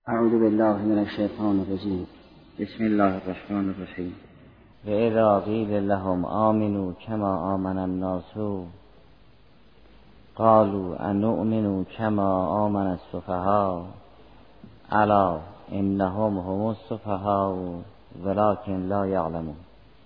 اعوذ بالله من الشیطان الرجیم. بسم الله الرحمن الرحیم. و اذا قیل لهم آمنوا کما آمن الناس قالوا انؤمن کما آمن السفهاء الا انهم هم السفهاء ولكن لا یعلمون.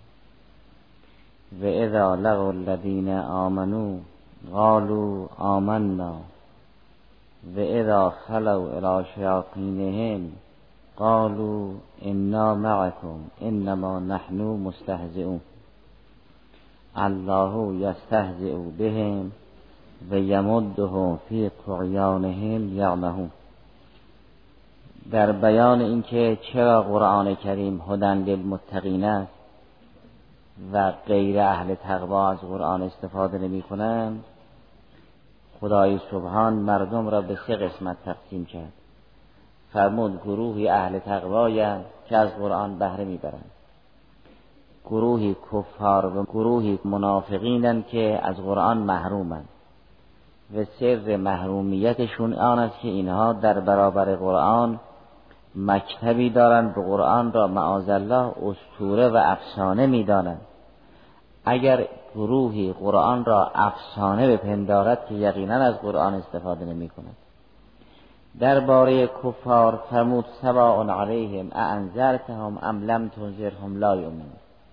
و اذا لقوا الذین آمنوا قالوا آمنا و اذا خلوا الى شیاطینهم قالوا انا معكم انما نحن مستهزئون الله یستهزئ بهم و یمدهم فی طغیانهم یعمهون. در بیان اینکه چرا قرآن کریم هدی للمتقین است و غیر اهل تقوی از قرآن استفاده نمی کنند، خدای سبحان مردم را به سه قسمت تقسیم کرد. فرمود گروهی اهل تقوایند که از قرآن بهره میبرند، گروهی کفار و گروهی منافقینند که از قرآن محرومند و سر محرومیتشون آن است که اینها در برابر قرآن مکتبی دارند و قرآن را معاذالله اسطوره و افسانه میدانند. اگر گروهی قرآن را افسانه بپندارد که یقینا از قرآن استفاده نمی کند. درباره کفار فرمود سواء علیهم اانذرتهم ام لم تنذرهم لا یؤمنون.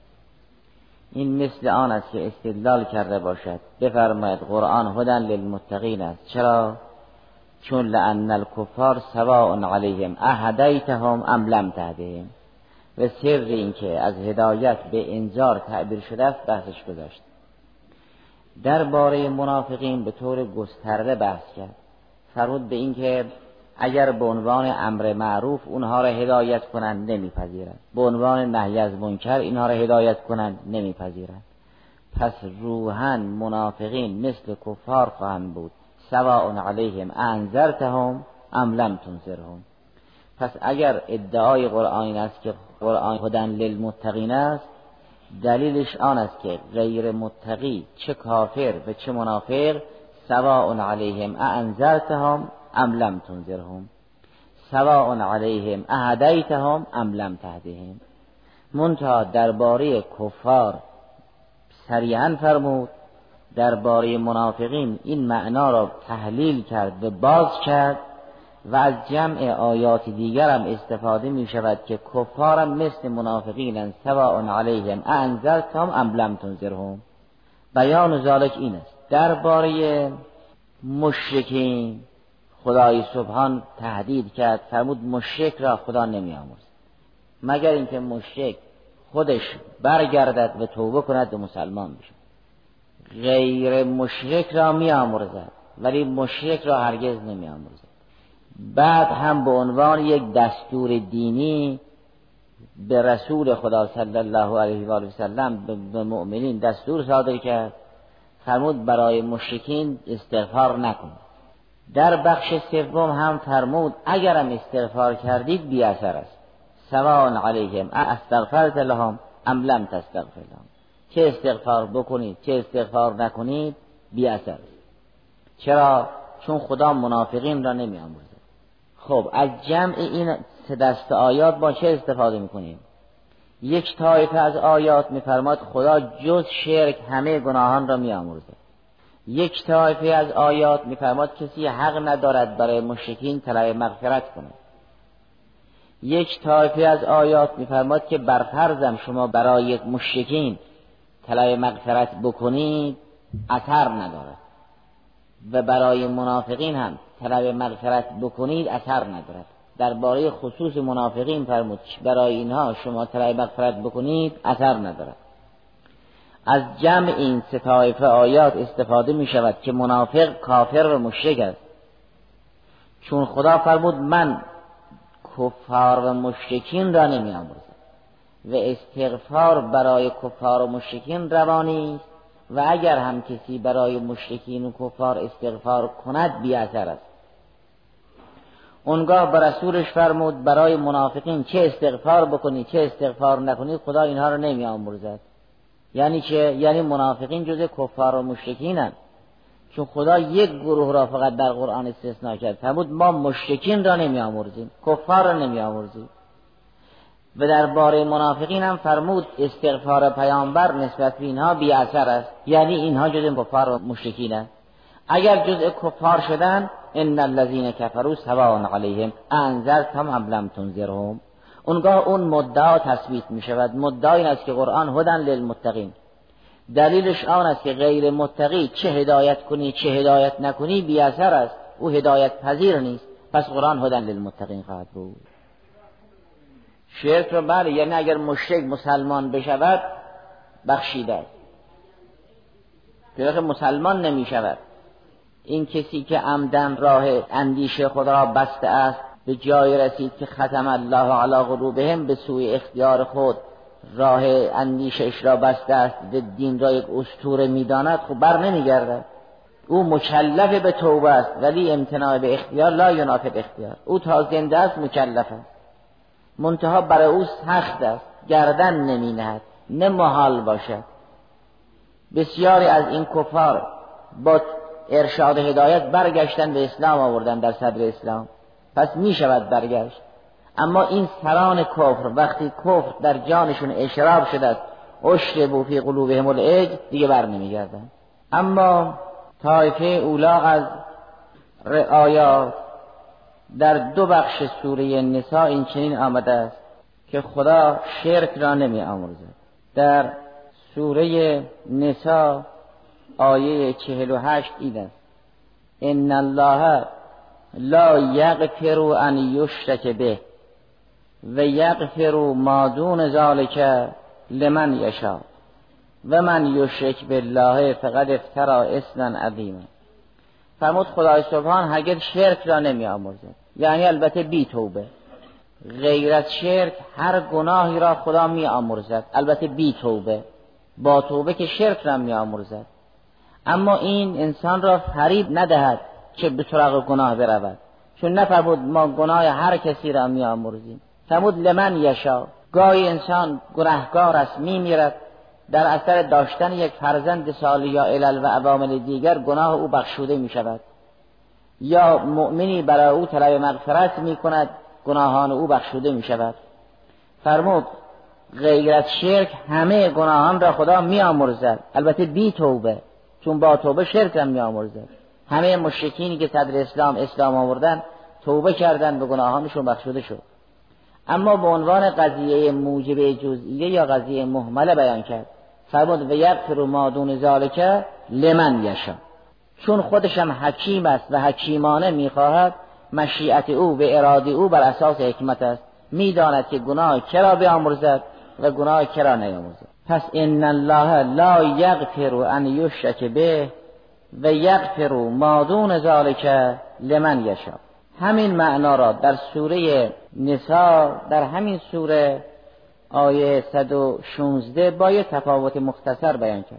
این مثل آن است که استدلال کرده باشد بفرماید قرآن هدی للمتقین است. چرا؟ چون لأن الکفار سواء علیهم اهدیتهم ام لم تهدهم، و سر این که از هدایت به انذار تعبیر شده است بحثش گذاشت. درباره منافقین به طور گسترده بحث کرد. فرمود به این که اگر به عنوان امر معروف اونها را هدایت کنند نمیپذیرند، به عنوان نهی از منکر اینها را هدایت کنند نمیپذیرند. پس روحاً منافقین مثل کفار خواهند بود. سواء علیهم انذرتهم ام لم تنذرهم. پس اگر ادعای قرآن این است که قرآن هدی للمتقین است، دلیلش آن است که غیر متقی چه کافر و چه منافق سواء علیهم انذرتهم ام لم تنذرهم، سواء علیهم اهدیتهم ام لم تهدهم. منتها درباره کفار صریحاً فرمود، درباره منافقین این معنا را تحلیل کرد و باز کرد و از جمع آیات دیگر هم استفاده می شود که کفارم مثل منافقین سواء علیهم انذرتهم ام لم تنذرهم. بیان ذالک این است. درباره مشرکین خدای سبحان تهدید کرد، فرمود مشرک را خدا نمی آمرزد مگر اینکه مشرک خودش برگردد و توبه کند و مسلمان بشد. غیر مشرک را می آمرزد ولی مشرک را هرگز نمی آمرزد. بعد هم به عنوان یک دستور دینی به رسول خدا صلی الله علیه و آله و سلم به مؤمنین دستور صادر کرد، فرمود برای مشرکین استغفار نکنید. در بخش سوم هم فرمود اگرم استغفار کردید بی اثر است. سواء علیهم استغفرت لهم ام لم تستغفر لهم. چه استغفار بکنید چه استغفار نکنید بی اثر است. چرا؟ چون خدا منافقین را نمی آمرزد. خب از جمع این سه دست آیات با چه استفاده میکنیم؟ یک طایفه از آیات میفرماد خدا جز شرک همه گناهان را میآمرزد. یک طایفه از آیات میفرماد کسی حق ندارد برای مشرکین طلب مغفرت کند. یک طایفه از آیات میفرماد که بر فرضم شما برای مشرکین طلب مغفرت بکنید اثر ندارد و برای منافقین هم طلب مغفرت بکنید اثر ندارد. درباره خصوص منافقین فرمود برای اینها شما طلب مغفرت بکنید اثر ندارد. از جمع این سه طایفه آیات استفاده می شود که منافق کافر و مشرک است، چون خدا فرمود من کفار و مشرکین را نمی آمرزم و استغفار برای کفار و مشرکین روانی است و اگر هم کسی برای مشرکین و کفار استغفار کند بی اثر است. اونگاه به رسولش فرمود برای منافقین چه استغفار بکنید چه استغفار نکنید خدا اینها رو نمی آمرزد. یعنی چه؟ یعنی منافقین جز کفار و مشرکینند، چون خدا یک گروه را فقط در قرآن استثناء کرد، فرمود ما مشرکین را نمی آمرزیم، کفار را نمی آمرزیم. و درباره منافقین هم فرمود استغفار پیامبر نسبت به اینها بی اثر است، یعنی اینها جزء کفار و مشرکین است. اگر جزء کفار شدن ان الذين كفروا سواء علیهم انذرتهم ام لم تنذرهم، اونگاه اون مدعا تثبیت می شود. مدعا این است که قرآن هدن للمتقین، دلیلش آن است که غیر متقی چه هدایت کنی چه هدایت نکنی بی اثر است، او هدایت پذیر نیست، پس قرآن هدن للمتقین خواهد بود. شرک رو بله، یعنی اگر مشرک مسلمان بشود بخشیده است، که مسلمان نمی شود. این کسی که عمدن راه اندیشه خدا را بسته است، به جای رسید که ختم الله علی قلوبهم، به سوی اختیار خود راه اندیشش را بسته است، به دین را یک اسطوره می‌داند، خب بر نمیگردد. او مکلف به توبه است، ولی امتناع به اختیار لا ینافی اختیار. او تا زنده است مکلف است، منتها برای او سخت است، گردن نمی‌نهد، نه محال باشد. بسیاری از این کفار با ارشاد هدایت برگشتن به اسلام آوردن در صدر اسلام، پس می شود برگشت. اما این سران کفر وقتی کفر در جانشون اشراب شده است، اشربوا فی قلوبهم العجل، دیگه بر نمی گردن. اما طایفه اولاغ از آیات در دو بخش سوره نساء این چنین آمده است که خدا شرک را نمی آمرزد. در سوره نساء آیه 48 این است: ان الله لا یغفر ان یشرک به و یغفر ما دون ذلک لمن یشاء و من یشرک بالله فقد افتری اثما عظیما. فرمود خدای سبحان هرگز شرک را نمی آمرزد، یعنی البته بی توبه. غیر از شرک هر گناهی را خدا می آمرزد، البته بی توبه. با توبه که شرک را می آمرزد. اما این انسان را فریب ندهد که به سراغ گناه برود، چون نفرمود ما گناه هر کسی را می آمرزیم، فرمود لمن یشاء. گاهی انسان گناهکار است، می میرد، در اثر داشتن یک فرزند صالح یا علل و عوامل دیگر گناه او بخشوده می شود، یا مؤمنی برای او طلب مغفرت می کند، گناهان او بخشوده می شود. فرمود غیر از شرک همه گناهان را خدا می آمرزد، البته بی توبه، چون با توبه شرک را می آمرزد. همه مشرکینی که صدر اسلام آوردن توبه کردن، به گناهانشون بخشوده شد. اما به عنوان قضیه موجب جزئیه یا قضیه مهمله بیان کرد، فرمود و یغفر ما دون ذلک لمن یشاء، چون خودشم حکیم است و حکیمانه میخواهد، مشیت او و اراده او بر اساس حکمت است، میداند که گناه کرا بیامرزد و گناه کرا نیامرزد. پس ان الله لا یغفر ان یشرک به و یغفر ما دون ذلک لمن یشاء. همین معنا را در سوره نساء در همین سوره آیه 116 با یه تفاوت مختصر بیان کرد.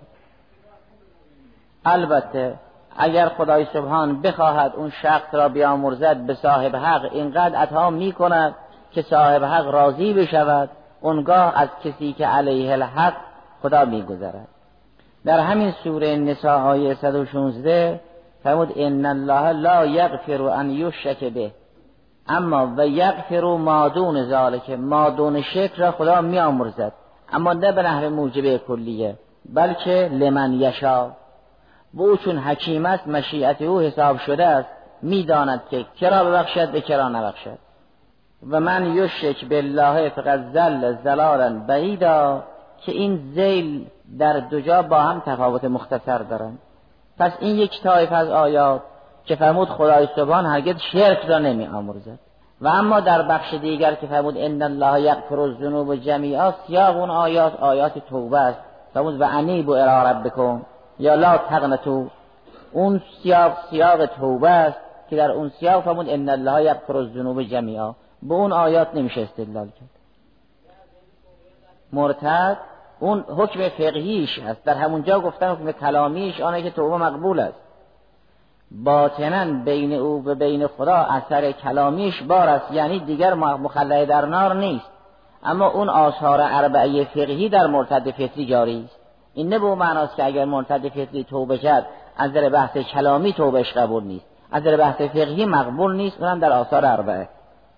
البته اگر خدای سبحان بخواهد اون شخص را بیامرزد به صاحب حق، اینقدر عطا می کند که صاحب حق راضی بشود، اونگاه از کسی که علیه الحق خدا می گذرد. در همین سوره نساء آیه 116 فرمود ان الله لا یغفر ان یشرک به اما و یغفر ما دون ذلک، ما دون شرک را خدا می آمرزد، اما نه به نحو موجبه کلیه، بلکه لمن یشاء. و او چون حکیم است مشیت او حساب شده است، میداند که کرا ببخشد و کرا نبخشد. و من یشرک بالله فقد ضل ضلالا بعیدا، که این ذیل در دو جا با هم تفاوت مختصر دارند. پس این یک طایفه از آیات که فرمود خدای سبحان هرگز شرک را نمی آمرزد. و اما در بخش دیگر که فرمود ان الله یغفر الذنوب جمیعا، سیاق اون آیات توبه است. فرمود و انیبوا الی ربکم یا لا تقنطوا، اون سیاق توبه است که در اون سیاق فرمود ان الله یغفر الذنوب جمیعا. به اون آیات نمیشه استدلال کرد. مرتد اون حکم فقهیش هست، در همونجا گفتن حکم کلامیش آنه که توبه مقبول است، باطناً بین او و بین خدا اثر کلامیش بار است، یعنی دیگر مخلد در نار نیست. اما اون آثار اربعه فقهی در مرتد فطری جاری است. این نه به معناست که اگر مرتد فطری توبه کرد از نظر بحث کلامی توبهش قبول نیست، از نظر بحث فقهی مقبول نیست، اونم در آثار اربعه.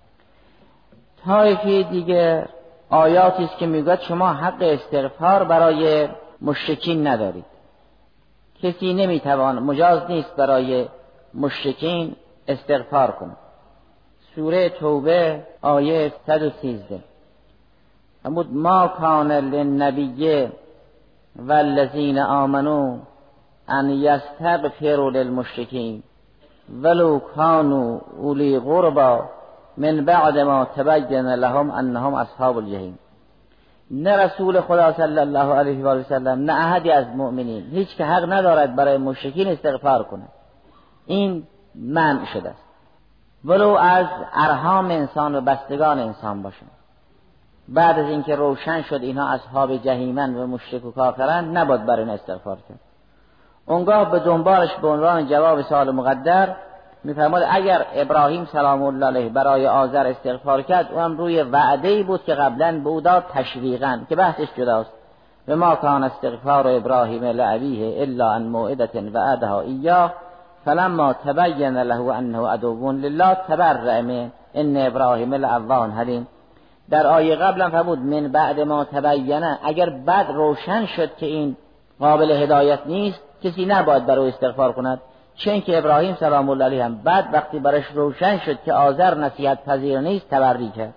طایفه دیگه آیاتی است که میگوید شما حق استغفار برای مشرکین ندارید، کسی نمیتوان، مجاز نیست برای مشرکین استغفار کنه. سوره توبه آیه 113 فرمود ما کان للنبی والذین آمنوا ان یستغفروا للمشرکین ولو کانوا اولی قربا من بعد ما تبین لهم انهم اصحاب الجحیم. نه رسول خدا صلی الله علیه و سلم نه احدی از مؤمنین هیچ که حق ندارد برای مشرکین استغفار کنه، این منع شده است، ولو از ارحام انسان و بستگان انسان باشند. بعد از اینکه روشن شد اینها اصحاب جحیمن و مشرک و کافرن نباید برای این استغفار کرد. اونگاه به دنبالش به عنوان جواب سوال مقدر میفرماد اگر ابراهیم سلام الله علیه برای آذر استغفار کرد اونم روی وعده‌ای بود که قبلا به او داد تشویقاً که بحثش جداست. و ما کان استغفار ابراهیم لابیه الا عن موعده وعدها ایاه فلما تبین له انه عدو لله تبرأ منه ان ابراهیم لأواه حلیم. در آیه قبلا فرمود من بعد ما تبینه، اگر بعد روشن شد که این قابل هدایت نیست کسی نباید برای استغفار کند، چون که ابراهیم سلام الله علیه هم بعد وقتی برش روشن شد که آذر نصیحت پذیر نیست تبری کرد.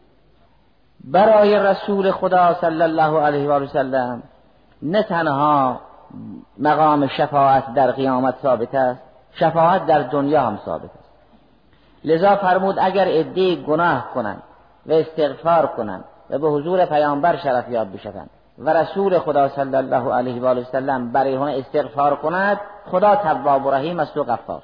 برای رسول خدا صلی الله علیه و سلم نه تنها مقام شفاعت در قیامت ثابت است، شفاعت در دنیا هم ثابت است. لذا فرمود اگر عده‌ای گناه کنند و استغفار کنند و به حضور پیامبر شرف یاب بشوند و رسول خدا صلی الله علیه و سلم برای آنها استغفار کند، خدا تواب و رحیم است و غفار.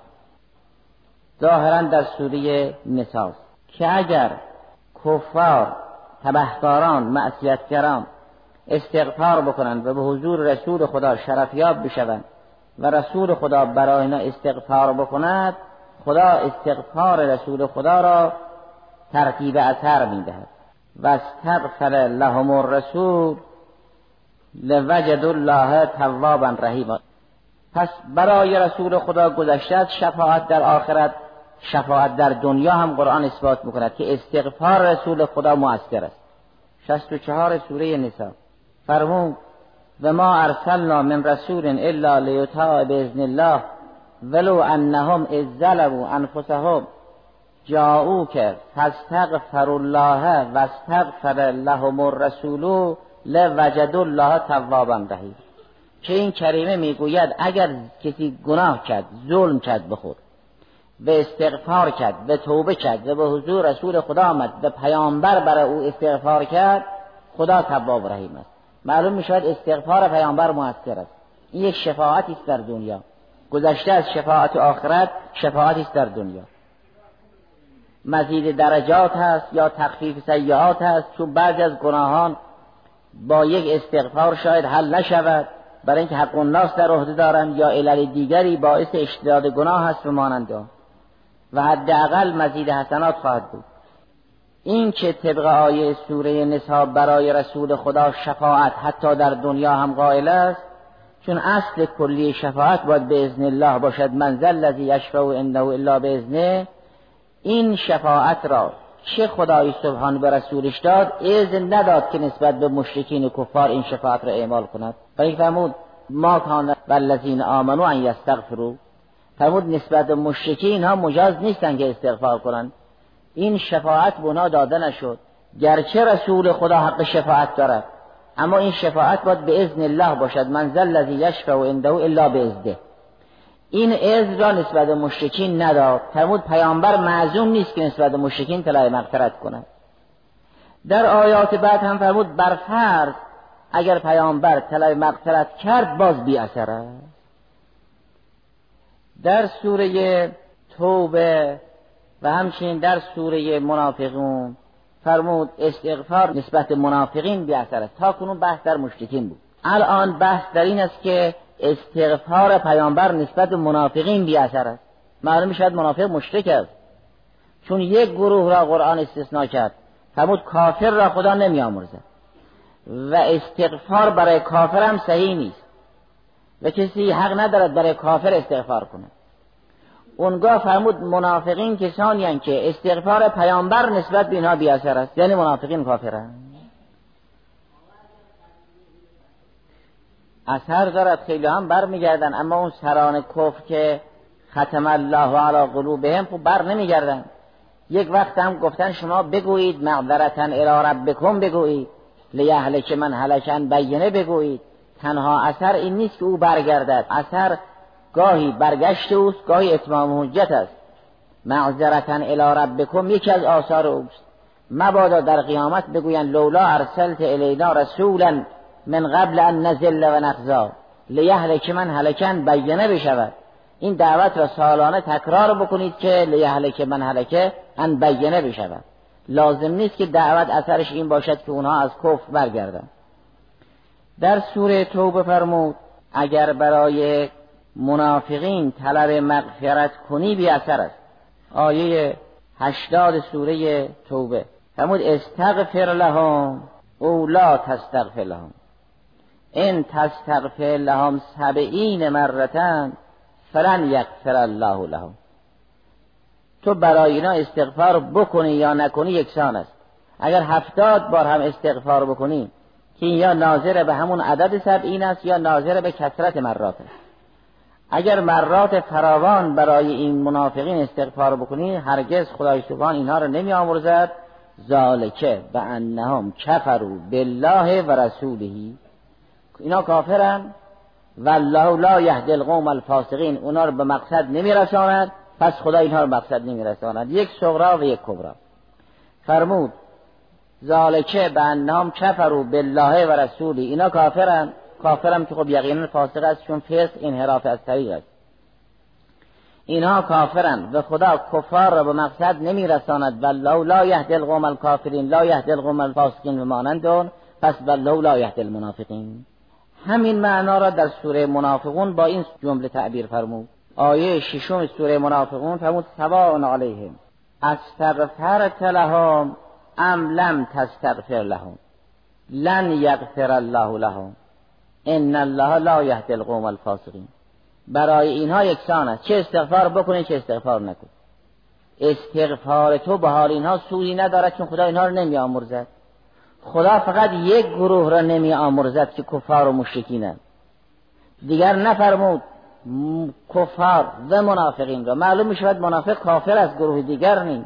ظاهرا در سوره نساء که اگر کفار، تبهکاران، معصیتگران استغفار بکنند و به حضور رسول خدا شرف یاب بشوند و رسول خدا برای آنها استغفار بکند، خدا استغفار رسول خدا را ترتیب اثر می‌دهد. و استغفر لهم الرسول لوجد الله توابا رحیما. پس برای رسول خدا گذشته از شفاعت در آخرت، شفاعت در دنیا هم قرآن اثبات می‌کند که استغفار رسول خدا مؤثر است. 64 سوره نساء فرمود و ما ارسلنا من رسول الا لیطاع باذن الله ولو انهم اذ ظلموا انفسهم جاءوک فاستغفروا الله واستغفر لهم الرسول لوجدوا الله توابا رحیما. که این کریمه میگوید اگر کسی گناه کرد، ظلم کرد به خود و استغفار کرد و توبه کرد و به حضور رسول خدا آمد و پیامبر برای او استغفار کرد، خدا تواب رحیم است. معلوم میشود استغفار پیامبر مؤثر است. این یک شفاعتی است در دنیا، گذشته از شفاعت آخرت، شفاعتی است در دنیا. مزید درجات هست یا تخفیف سیئات هست، چون بعضی از گناهان با یک استغفار شاید حل نشود برای اینکه حق الناس در عهده دارند یا علل دیگری باعث اشتداد گناه هست و مانند آن، و حداقل مزید حسنات خواهد بود. این که طبق آیه سوره نساء برای رسول خدا شفاعت حتی در دنیا هم قائل است، چون اصل کلی شفاعت باید به اذن الله باشد. من ذا الذی یشفع عنده الا باذنه. این شفاعت را چه خدای سبحان به رسولش داد، اذن نداد که نسبت به مشرکین و کفار این شفاعت را اعمال کند. ولی فرمود ما کان والذین آمنوا ان یستغفروا، فرمود نسبت به مشرکین ها مجاز نیستن که استغفار کنند. این شفاعت به اونا داده نشد، گرچه رسول خدا حق شفاعت دارد، اما این شفاعت باید به اذن الله باشد. من ذا الذی یشفع عنده الا باذنه. این اذن را نسبت به مشرکین نداد. فرمود پیامبر معزوم نیست که نسبت به مشرکین طلب مغفرت کند. در آیات بعد هم فرمود بر فرض اگر پیامبر طلب مغفرت کرد باز بی اثر است. در سوره توبه و همچنین در سوره منافقون فرمود استغفار نسبت به منافقین بی اثر است. تا کنون بحث در مشرکین بود، الان بحث در این است که استغفار پیامبر نسبت به منافقین بی اثر است. معلوم میشود منافق مشرک است، چون یک گروه را قرآن استثناء کرد، فرمود کافر را خدا نمی آمرزد و استغفار برای کافر هم صحیح نیست. و کسی حق ندارد برای کافر استغفار کنه. اونگاه فرمود منافقین کسانی هستند که استغفار پیامبر نسبت به اینها بی اثر است، یعنی منافقین کافرند. اثر دارد، خیلی هم برمیگردن، اما اون سران کفر که ختم الله علی قلوبهم خب بر نمیگردن. یک وقت هم گفتن شما بگویید معذرتا الی ربکم، بگویید لیهلک من هلک عن بینه، بگویید. تنها اثر این نیست که او برگردد، اثر گاهی برگشت اوست، گاهی اتمام حجت است. معذرتا الی ربکم یکی از آثار اوست. مبادا در قیامت بگویند لولا ارسلت الینا رسولا من قبل ان نذل و نخزا لیهلک من هلک عن بینه بشود. این دعوت را سالانه تکرار بکنید که لیهلک من هلک عن بینه بشود. لازم نیست که دعوت اثرش این باشد که اونها از کفر برگردند. در سوره توبه فرمود اگر برای منافقین طلب مغفرت کنی بی اثر است. آیه 80 سوره توبه فرمود استغفر لهم او لا تستغفر لهم ان تستغفر لهم 70 مرة فلن یغفر الله لهم. تو برای اینا استغفار بکنی یا نکنی یکسان است. اگر 70 بار هم استغفار بکنی که یا ناظر به همون عدد 70 است یا ناظر به کثرت مرات است. اگر مرات فراوان برای این منافقین استغفار بکنی هرگز خدای سبحان اینها رو نمی آمرزد. ذالک بانهم کفروا بالله و رسوله، اینا کافرن والله لا یهدی القوم الفاسقین، اونا رو به مقصد نمی رساند، پس خدا اینها رو به مقصد نمی رساند. یک صغرا و یک کبرا. فرمود ذالک بانهم کفروا بالله و رسوله، اینا کافرن. کافرم که خب یقینا فاسق است، چون فسق انحراف از طریق است. اینها کافرن و خدا کفار را به مقصد نمی رساند. والله لا یهدی القوم الکافرین لا یهدی القوم الفاسقین و مانندون، پس والله لا یهدی المنافقین. همین معنا را در سوره منافقون با این جمله تعبیر فرمود. آیه 6 سوره منافقون فرمود سواء علیهم استغفرت لهم ام لم تستغفر لهم لن یغفر الله لهم ان الله لا یهدی القوم الفاسقین. برای اینها یکسان است، چه استغفار بکنی چه استغفار نکن. استغفار تو به حال اینها سودی ندارد، چون خدا اینها رو نمی آمرزد. خدا فقط یک گروه را نمی آمرزد که کفار و مشرکینند، دیگر نفرمود کفار و منافقین را. معلوم می شود منافق کافر از گروه دیگر نیست.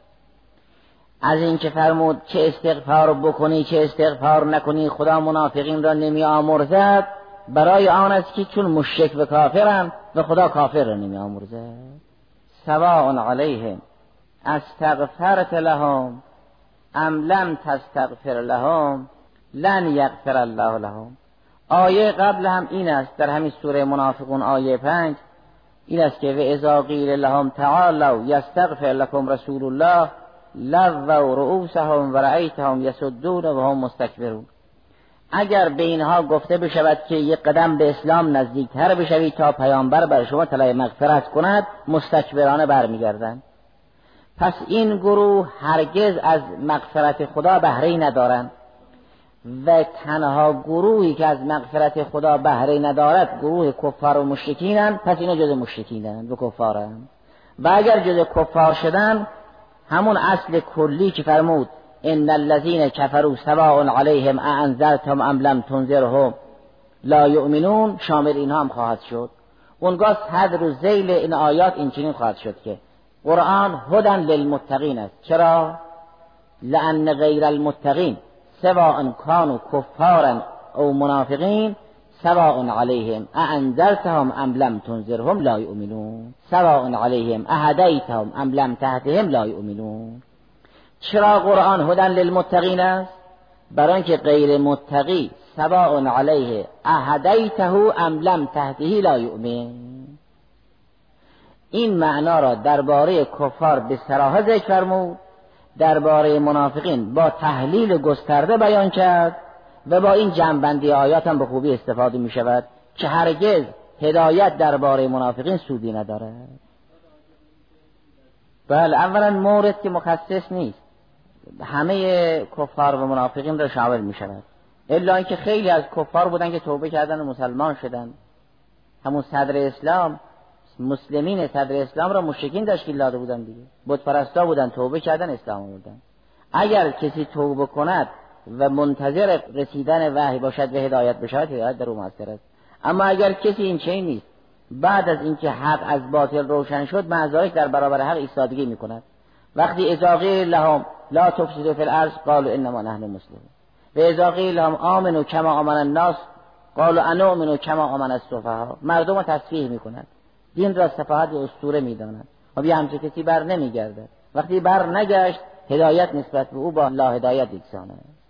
از این که فرمود چه استغفار بکنی چه استغفار نکنی خدا منافقین را نمی آمرزد، برای آن است که چون مشرک و کافرند و خدا کافر را نمی آمرزد. سواء علیهم استغفرت لهم ام لم تستغفر لهم لن یغفر الله لهم. آیه قبل هم این است، در همین سوره منافقون آیه 5 این است که و اذا قیل لهم تعالوا یستغفر لكم رسول الله لووا رؤوسهم و رأیتهم یصدون و هم مستکبرون. اگر به اینها گفته بشود که یک قدم به اسلام نزدیکتر بشوید تا پیامبر بر شما طلب مغفرت کند، مستکبرانه برمیگردند. پس این گروه هرگز از مغفرت خدا بهره ندارند و تنها گروهی که از مغفرت خدا بهره ندارد گروه کفار و مشرکینند. پس اینا جز مشرکینند و کفارند. و اگر جز کفار شدن، همون اصل کلی که فرمود ان الذين كفروا سواء عليهم اانذرتهم ام لم تنذرهم لا یؤمنون، شامل اینها هم خواهد شد. اونگاه صدر و ذیل این آیات این چنین خواهد شد که قرآن هدی للمتقین است. چرا؟ لأن غیر المتقین سواء كانوا کفارا او منافقین سواء علیهم اانذرتهم ام لم تنذرهم لا یؤمنون سواء علیهم اهدیتهم ام لم تهدهم لا یؤمنون. چرا قرآن هدی للمتقین است؟ برای اینکه غیر متقی سواء علیه اهدیته ام لم تهده لا یؤمن. این معنا را درباره کفار به صراحت ذکر فرمود، درباره منافقین با تحلیل گسترده بیان کرد و با این جمع‌بندی آیات هم به خوبی استفاده می شود که هرگز هدایت درباره منافقین سودی ندارد. بله، اولا مورد که مخصص نیست، همه کفار و منافقین را شامل می شود، الا اینکه خیلی از کفار بودن که توبه کردن و مسلمان شدن همون صدر اسلام، مسلمین صدر اسلام را مشرکین تشکیل داده بودن دیگه، بت پرستا بودن، توبه کردن، اسلام آوردن. اگر کسی توبه کند و منتظر رسیدن وحی باشد و هدایت بشود، هدایت در او مؤثر است. اما اگر کسی این چنین نیست، بعد از اینکه حق از باطل روشن شد، مع در برابر حق ایستادگی میکند. وقتی اذا قیل لهم لا تفسدوا فی الارض قالوا انما نحن مسلمون و اذا قیل لهم آمنوا کما آمن الناس قالوا انؤمن کما آمن السفهاء، مردم را تسفیه میکند، دین را سفاهت و اسطوره میداند و بیا همچه کسی بر نمیگردد. وقتی بر نگشت، هدایت نسبت به او با لا هدایت یکسانه.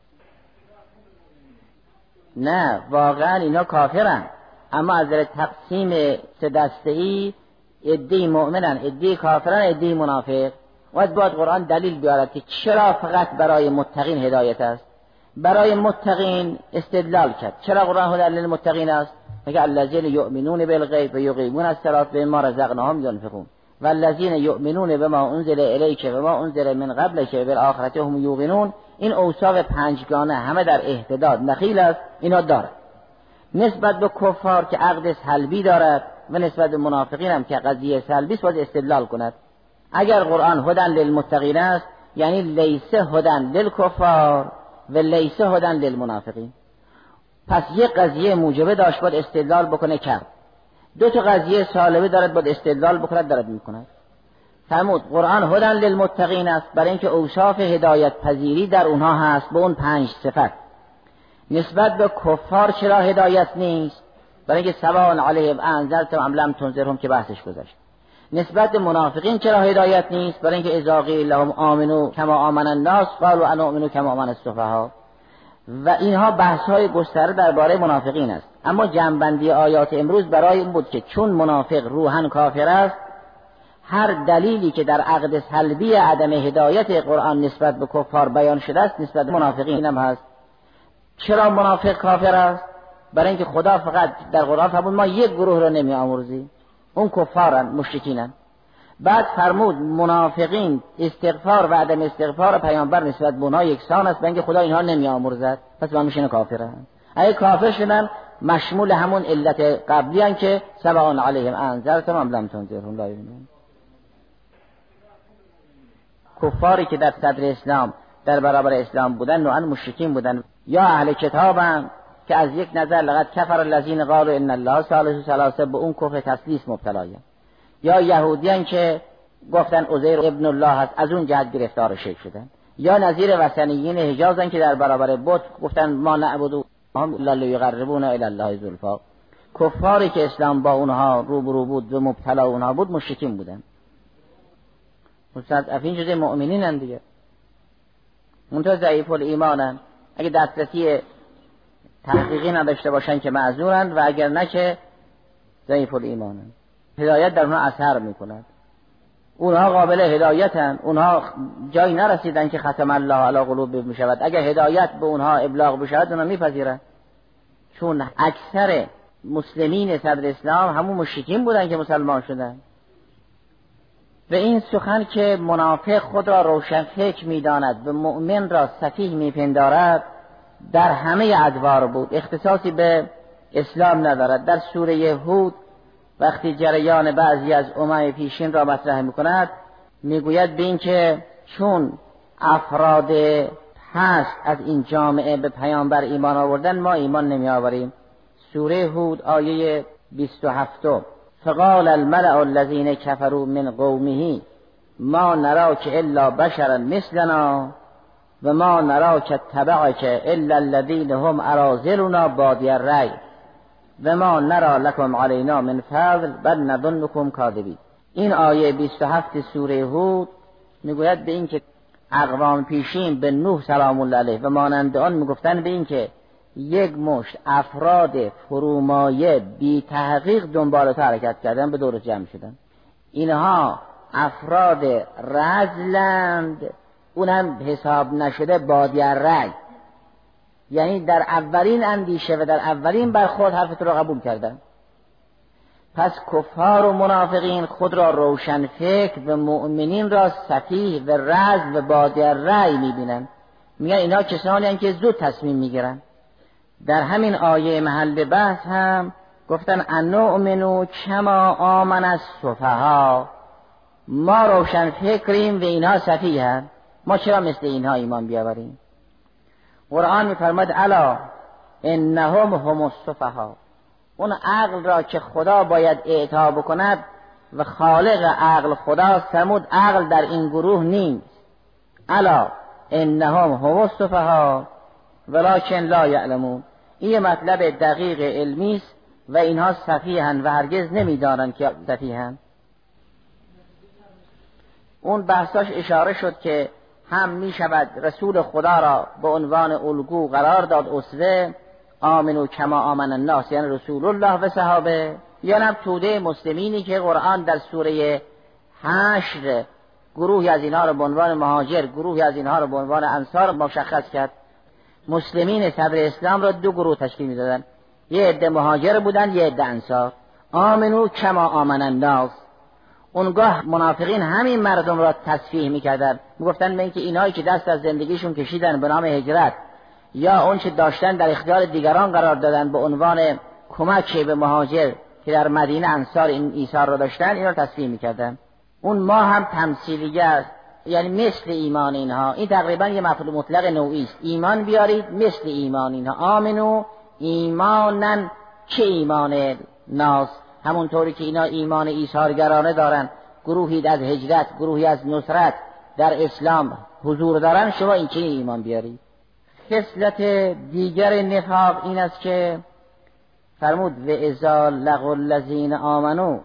نه، واقعا اینا کافرن، اما از در تقسیم سه دسته‌ای عده‌ای مؤمنن، عده‌ای کافرن، عده‌ای منافق. و باید قرآن دلیل بیارد که چرا فقط برای متقین هدایت است. برای متقین استدلال کرد. چرا قرآن هدی للمتقین است؟ میگه الذین یؤمنون بالغیب و یقیمون الصلاة و مما رزقناهم ینفقون والذین یؤمنون بما انزل الیک و ما انزل من قبلک و بالآخرة هم یوقنون. این اوصاف پنجگانه همه در اهتداد نخیل است، اینا دارد. نسبت به کفار که عقد سلبی دارد و نسبت به منافقین هم که قضیه سلبی است باید استدلال کند. اگر قرآن هدی للمتقین است، یعنی لیس هدی للکفار و لیس هدی للمنافقین. پس یک قضیه موجبه داشت باید استدلال بکنه، کرد. دو تا قضیه سالبه دارد باید استدلال بکند، دارد میکند. فرمود قرآن هدی للمتقین است برای اینکه اوصاف هدایت پذیری در اونها هست به اون 5 صفت. نسبت به کفار چرا هدایت نیست؟ برای اینکه سواء علیهم انذرتم ام لم تنذرهم که بحثش گذشت. نسبت به منافقین چرا هدایت نیست؟ برای اینکه اذا قیل لهم آمنوا کما آمن الناس قالوا انؤمن کما آمن السفهاء. و اینها بحث‌های گسترده درباره منافقین است. اما جمع‌بندی آیات امروز برای این بود که چون منافق روحاً کافر است، هر دلیلی که در عقد سلبی عدم هدایت قرآن نسبت به کفار بیان شده است نسبت به منافقین هم هست. چرا منافق کافر است؟ برای اینکه خدا فقط در قرآن فرمود ما یک گروه را نمی‌آمرزیم، اون کفارن، مشرکینن. بعد فرمود منافقین استغفار و عدم استغفار پیامبر نسبت به اونها یکسان است، برای اینکه خدا اینها نمی‌آمرزد، پس با میشن کافرن. اگه کافر شدن مشمول همون علت قبلی ان که سواء علیهم انذرتم ام لم تنذرهم لا یؤمنون. کفاری که در صدر اسلام در برابر اسلام بودن نوعا مشرکین بودن، یا اهل کتابن که از یک نظر لقد کفر الذین قالوا ان الله ثالث ثلاثه به اون کفر تثلیث مبتلایان، یا یهودیان که گفتن عزیر ابن الله هست، از اون جهت گرفتار شرک شدن، یا نظیر وثنیین حجازن که در برابر بت گفتن ما نعبدو الا لیقربونا الی الله زلفا. کفاری که اسلام با اونها روبرو بود و مبتلا اونها بود مشرکین بودن. مستضعفین جزء مؤمنینن دیگه، منتها ضعیف الایمانن. اگه دسترسی تحقیقی نداشته باشن که معذورن و اگر نه که ضعیف الایمانن. هدایت در اونها اثر میکند. اونها قابل هدایتن، اونها جایی نرسیدن که ختم الله علی قلوبهم میشود. اگر هدایت به اونها ابلاغ بشود اونها میپذیرن، چون اکثر مسلمین صدر اسلام همون مشرکین بودن که مسلمان شدن. و این سخن که منافق خود را روشن فکر میداند و مؤمن را سفیه میپندارد در همه ادوار بود، اختصاصی به اسلام ندارد. در سوره هود وقتی جریان بعضی از امم پیشین را مطرح میکند میگوید به این که چون افراد هست از این جامعه به پیامبر ایمان آوردن ما ایمان نمی آوریم. سوره هود آیه 27 فقال الملأ الذين كفروا من قومه ما نراك الا بشرا مثلنا و ما نراك اتبعك الا الذين هم اراذلنا بادی الرأی و ما نرى لكم علينا من فضل بل نظنكم كاذبين. این آیه 27 سوره هود میگوید به این که اقوام پیشین به نوح سلام الله علیه و مانند آن میگفتن به این که یک مشت افراد فرومایه بی تحقیق دنبال تو حرکت کردن به دور جمع شدن. اینها افراد رذلند، اونم حساب نشده بادی الرأی، یعنی در اولین اندیشه و در اولین برخورد حرف تو را قبول کردن. پس کفار و منافقین خود را روشن فکر و مؤمنین را سفیه و رذل و بادی الرأی میبینن. میگن اینا کسانی هستند که زود تصمیم میگیرن. در همین آیه محل بحث هم گفتن انؤمنو کما آمن السفها، ما روشن فکریم و اینها سفیه‌اند، ما چرا مثل اینها ایمان بیاوریم؟ قرآن می‌فرماید الا انهم هم السفها، اون عقل را که خدا باید اعطا بکند و خالق عقل خدا فرمود عقل در این گروه نیست. الا انهم هم السفها ولکن لا یعلمون، این مطلب دقیق علمی است و اینها سفیه‌اند و هرگز نمی‌دانند که سفیه‌اند. اون بحثاش اشاره شد که هم می شود رسول خدا را به عنوان الگو قرار داد، اسوه، آمنو کما آمن الناس، یعنی رسول الله و صحابه، یا نه توده مسلمینی که قرآن در سوره حشر گروهی از اینها را به عنوان مهاجر، گروهی از اینها را به عنوان انصار مشخص کرد. مسلمین صدر اسلام را دو گروه تشکیل می دادن، یه عده مهاجر بودن، یه عده انصار. آمنو کما آمن الناس، اونگاه منافقین همین مردم را تصفیه میکردن، میگفتن به اینکه اینایی که دست از زندگیشون کشیدن به نام هجرت یا اون چه داشتن در اختیار دیگران قرار دادن به عنوان کمک به مهاجر که در مدینه انصار این ایثار را داشتن، اینا را تصفیه میکردن. اون ما هم تمثیلیه است، یعنی مثل ایمان اینها. این تقریبا یه مفعول مطلق نوعی است، ایمان بیارید مثل ایمان اینها. آمنو ایمانن که ایمان ناس، همونطوری که اینا ایمان ایثارگرانه دارن، گروهی از هجرت، گروهی از نصرت در اسلام حضور دارن، شما این چه ایمان بیارید. خصلت دیگر نفاق این است که فرمود و اذا لقوا الذین آمنوا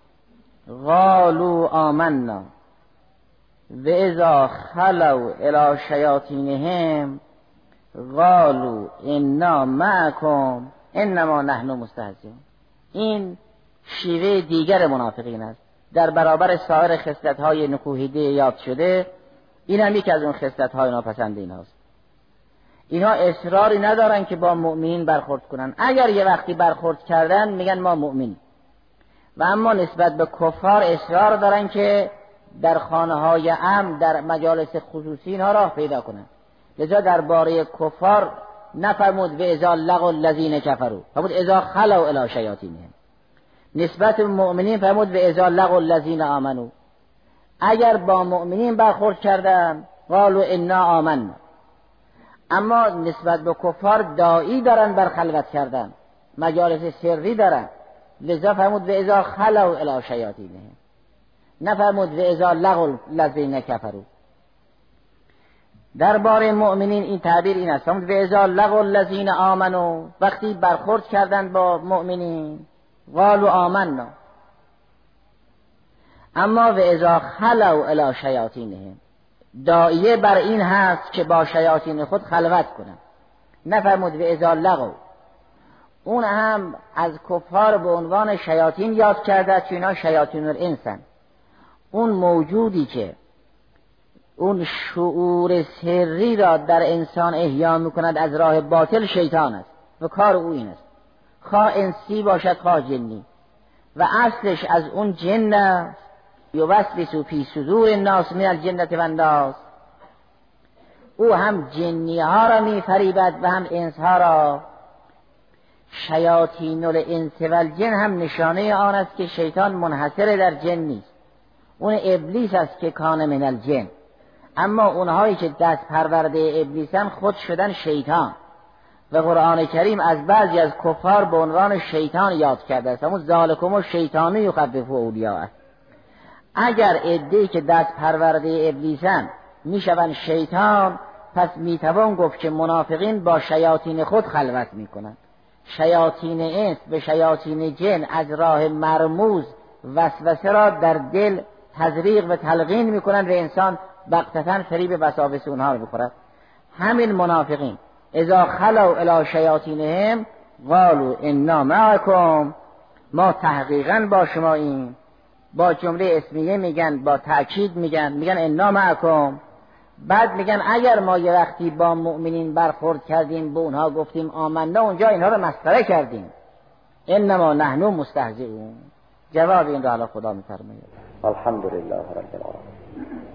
قالوا آمنا و اذا خلوا الی شیاطینهم قالوا انا معکم انما نحن مستهزئون. این شیوه دیگر منافقین است در برابر سایر خصلت‌های نکوهیده یاد شده. این هم یکی از اون خصلت‌های ناپسند اینهاست. اینها اصراری ندارن که با مؤمنین برخورد کنن، اگر یه وقتی برخورد کردن میگن ما مؤمنیم، و اما نسبت به کفار اصرار دارن که در خانه‌های عام، در مجالس خصوصی اینها راه پیدا کنن. لذا درباره کفار نفرمود و اذا لقوا الذین کفروا، فرمود اذا خلوا الی شیاطینهم. نسبت به مؤمنین فرمود و اذا لقوا الذین آمنوا، اگر با مؤمنین برخورد کردن قالوا انا آمنا. اما نسبت به کفار داعی دارن بر خلوت کردن، مجالس سری دارن، لذا فرمود و اذا خلوا الی شیاطینهم، نفرمود و اذا لقوا الذین کفروا. درباره مؤمنین این تعبیر این است، فرمود و اذا لقوا الذین آمنوا، وقتی برخورد کردن با مؤمنین قالوا آمنا. اما و اذا خلوا الی شیاطینهم، داعیه بر این هست که با شیاطین خود خلوت کنن، نفرمود و اذا لقوا. اون هم از کفار به عنوان شیاطین یاد کرده، چون اینا شیاطین الانسن، اون موجودی که اون شعور سری را در انسان احیا میکند از راه باطل شیطان است و کار او این است، خواه انسی باشد خواه جنی، و اصلش از اون جن است. یوسوس فی صدور الناس من الجنة والناس، او هم جنی ها را میفریبد و هم انس ها را. شیاطین الانس والجن هم نشانه آن است که شیطان منحصر در جن نیست، اون ابلیس است که کان من الجن. اما اونهایی که دست پرورده ابلیسن خود شدن شیطان، و قرآن کریم از بعضی از کفار به عنوان شیطان یاد کرده است، همون ذالکم الشیطان یخوف اولیاءه. اگر عده‌ای که دست پرورده ابلیسن میشوند شیطان، پس میتوان گفت که منافقین با شیاطین خود خلوت میکنند. شیاطین انس به شیاطین جن از راه مرموز وسوسه را در دل تزریق و تلقین میکنند و انسان بغتةً فریب وساوس اونها رو میخورد. همین منافقین اذا خلوا الی شیاطینهم قالوا انا معکم، ما تحقیقاً با شما این، با جمله اسمیه میگن، با تأکید میگن انا معکم. بعد میگن اگر ما یه وقتی با مؤمنین برخورد کردیم به اونها گفتیم آمنا، اونجا اینها رو مسخره کردیم، انما نحن مستهزئون. جواب این رو الان خدا میفرماید. الحمدلله رب العالمین.